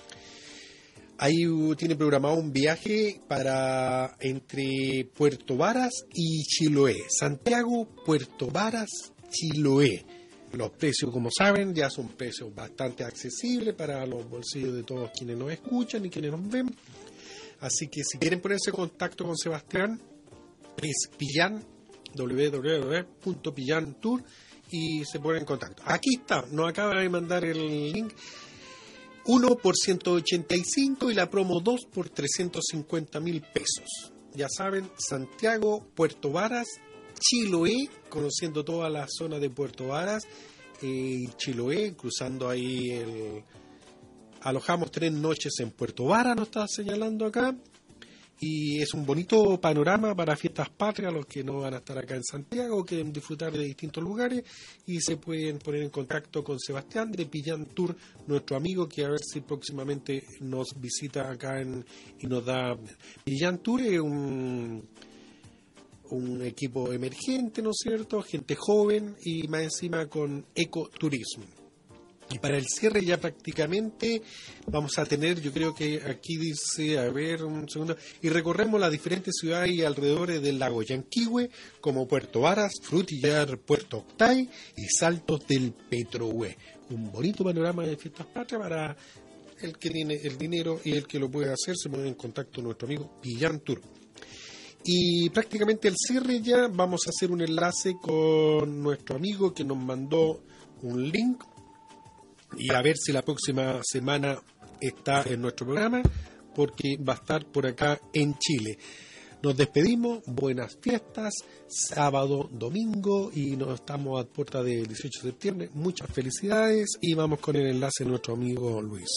S3: ahí tiene programado un viaje para entre Puerto Varas y Chiloé. Santiago, Puerto Varas, Chiloé. Los precios, como saben, ya son precios bastante accesibles para los bolsillos de todos quienes nos escuchan y quienes nos ven. Así que si quieren ponerse en contacto con Sebastián, es Pillan, doble u doble u doble u punto pillan tour, y se ponen en contacto. Aquí está, nos acaba de mandar el link. Uno por ciento ochenta y cinco y la promo dos por trescientos cincuenta mil pesos. Ya saben, Santiago, Puerto Varas, Chiloé, conociendo toda la zona de Puerto Varas, eh, Chiloé, cruzando ahí el... Alojamos tres noches en Puerto Varas, nos está señalando acá. Y es un bonito panorama para fiestas patrias, los que no van a estar acá en Santiago, quieren disfrutar de distintos lugares, y se pueden poner en contacto con Sebastián de Pillan Tour, nuestro amigo, que a ver si próximamente nos visita acá en, y nos da. Pillan Tour es un, un equipo emergente, ¿no es cierto? Gente joven y más encima con ecoturismo. Y para el cierre ya prácticamente vamos a tener, yo creo que aquí dice, a ver, un segundo, y recorremos las diferentes ciudades y alrededores del lago Yanquihue, como Puerto Varas, Frutillar, Puerto Octay y Saltos del Petrohue. Un bonito panorama de fiestas patrias para el que tiene el dinero y el que lo puede hacer. Se pone en contacto con nuestro amigo Pillan Tour. Y prácticamente el cierre ya vamos a hacer un enlace con nuestro amigo que nos mandó un link, y a ver si la próxima semana está en nuestro programa, porque va a estar por acá en Chile. Nos despedimos, buenas fiestas, sábado, domingo, y nos estamos a puerta del dieciocho de septiembre. Muchas felicidades, y vamos con el enlace de nuestro amigo Luis.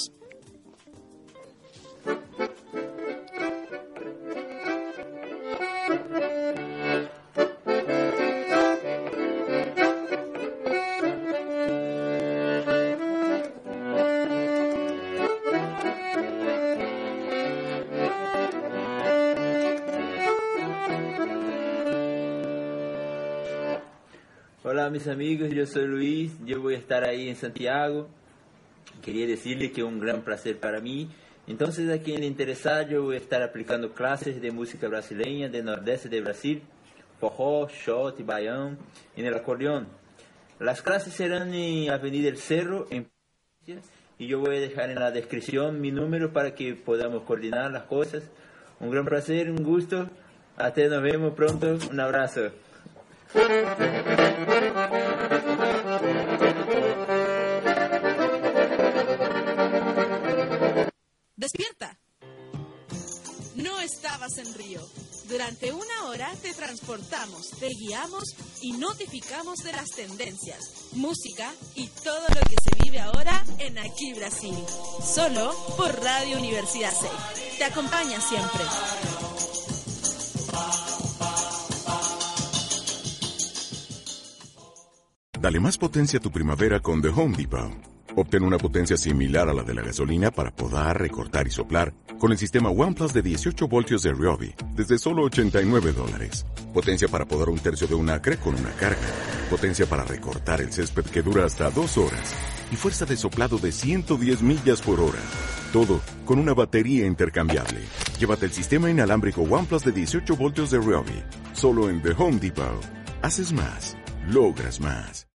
S11: Hola mis amigos, yo soy Luis, yo voy a estar ahí en Santiago. Quería decirles que es un gran placer para mí. Entonces, a quien le interesa, yo voy a estar aplicando clases de música brasileña del nordeste de Brasil, forró, shot, baião, en el acordeón. Las clases serán en Avenida El Cerro, en y yo voy a dejar en la descripción mi número para que podamos coordinar las cosas. Un gran placer, un gusto. Hasta nos vemos pronto. Un abrazo.
S8: ¡Despierta! No estabas en Río. Durante una hora te transportamos, te guiamos y notificamos de las tendencias, música y todo lo que se vive ahora Aquí Brasil, solo por Radio Universidad S E C. Te acompaña siempre.
S1: Dale más potencia a tu primavera con The Home Depot. Obtén una potencia similar a la de la gasolina para podar, recortar y soplar con el sistema OnePlus de dieciocho voltios de Ryobi desde solo ochenta y nueve dólares. Potencia para podar un tercio de un acre con una carga. Potencia para recortar el césped que dura hasta dos horas. Y fuerza de soplado de ciento diez millas por hora. Todo con una batería intercambiable. Llévate el sistema inalámbrico OnePlus de dieciocho voltios de Ryobi. Solo en The Home Depot. Haces más. Logras más.